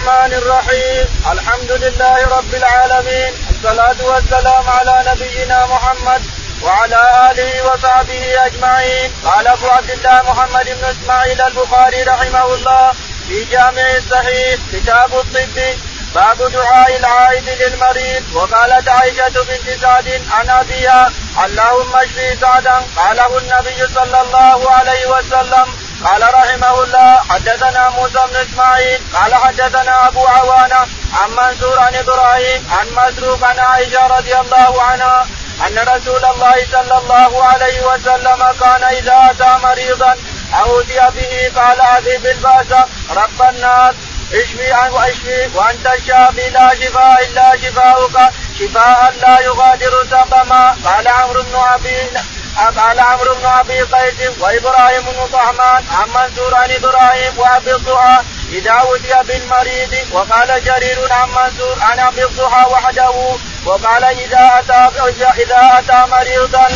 الرحمن الرحيم. الحمد لله رب العالمين، الصلاة والسلام على نبينا محمد وعلى آله وصحبه أجمعين. قال أبو عبد الله محمد بن إسماعيل البخاري رحمه الله في جامع الصحيح كتاب الطب باب دعاء العائد للمريض. وقالت عائشة بنت سعد عن أبيها اللهم اشف سعدا قاله النبي صلى الله عليه وسلم. قال رحمه الله حدثنا موسى بن إسماعيل قال حدثنا أبو عوانة عن منصور عن إبراهيم عن مسروق عن عائشة رضي الله عنها أن رسول الله صلى الله عليه وسلم كان إذا أتى مريضا أو أتي به قال أذهب البأس رب الناس اشفي واشفي وأنت الشافي لا شفاء إلا شفاؤك شفاء لا يغادر سقما. قال عمرو بن أبي قيس وإبراهيم بن طهمان عن منصور عن إبراهيم وأبي الضحى إذا أتي بالمريض. وقال جرير عن منصور عن أبي الضحى وحده وقال إذا أتى مريضا.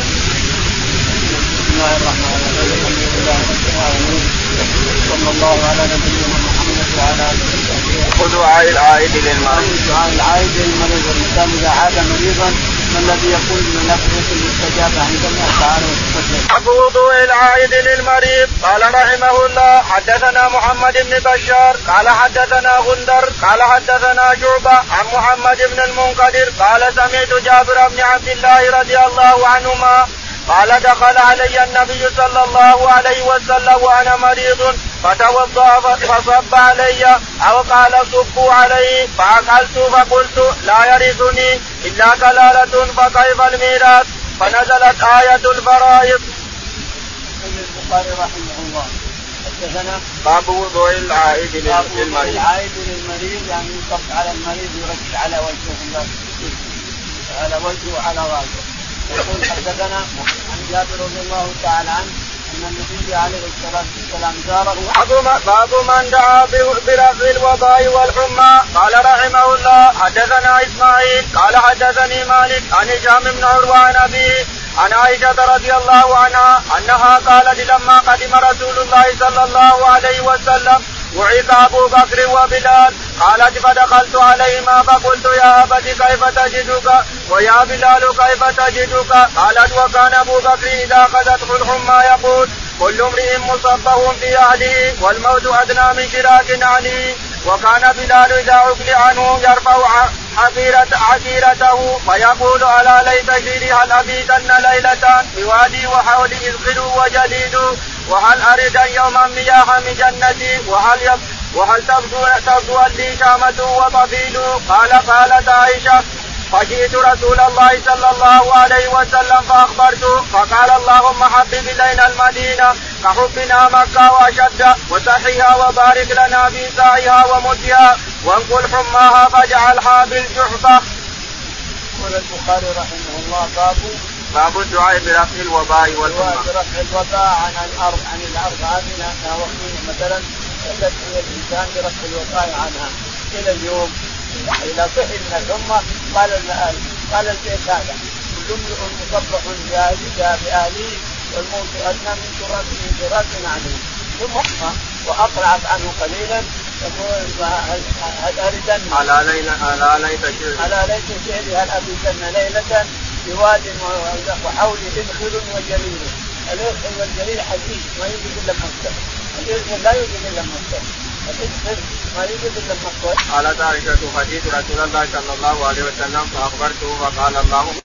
بسم الله الرحمن الرحيم. صلى الله على نبينا محمد وعلى آله وصحبه. دعاء العائد للمريض. دعاء العائد للمريض، والإنسان إذا عاد مريضا ما الذي يقول من نفسه الاستجابة عند الله تعالى وتقدم. وضوء العائد للمريض. قال رحمه الله حدثنا محمد بن بشار قال حدثنا غندر قال حدثنا شعبة عن محمد بن المنكدر قال سمعت جابر بن عبد الله رضي الله عنهما قال دخل علي النبي صلى الله عليه وسلم وأنا مريض فتوضأ فصب علي أو قال صبوا عليه فأكلت فقلت لا يرثني إلا كلالة فكيف الميراث فنزلت آية الفرائض. البخاري رحمه الله حدثنا باب وضوء العائد للمريض. العائد للمريض يعني يصب على المريض ويرش على وجهه على وجهه وعلى راسه. يقول حدثنا عن جابر رضي الله تعالى عنه أن النبي عليه الصلاة والسلام زاره. باب من دعا برفع الوباء والحمى. قال رحمه الله حدثنا إسماعيل قال حدثني مالك عن هشام بن عروة عن أبيه عن عائشة رضي الله عنها أنها قالت لما قدم رسول الله صلى الله عليه وسلم وعيك أبو بكر وبلال قالت فدخلت عليهما فقلت يا أبت كيف تجدك ويا بلال كيف تجدك. قالت وكان أبو بكر إذا أخذته الحمى يقول كل امرئ مصبه في أهله والموت أدنى من شراك عليه. وكان بلال إذا عفل عنه يرفع عشيرته فيقول ألا ليت شيري هل أبيتن ليلة بوادي وحولي إذخر وجديد وهل أرد يوما مياه من جنتي وهل تبدو لي شامة وطفيل. قالت عائشة فجئت رسول الله صلى الله عليه وسلم فأخبرته فقال اللهم حبب إلينا المدينة كحبنا مكة وأشد وسحيها وبارك لنا في سعيها ومدها وانقل حماها فاجعلها بالجحفة. قال البخاري رحمه الله باب الدعاء برفع الوباء والحمى. برفع الوباء عن الأرض هذه مثلا تدعو الإنسان برفع الوباء عنها إلى اليوم إذا صحي من الحمى قال الشيخ هذا كل امرئ مصبح بأهله والموت أدنى من شراك عليه ثم وأقلعت عنه قليلا يقول هل أردن ألا ليت شعري هل أبيتن ليلة بواد وحولي إذخر وجليل. الإذخر والجليل حديث ما يوجد إلا مكة. الإذخر لا يوجد إلا مكة. الإذخر ما يوجد إلا مكة. قالت عائشة فجئت رسول الله صلى الله عليه وسلم فأخبرته فقال اللهم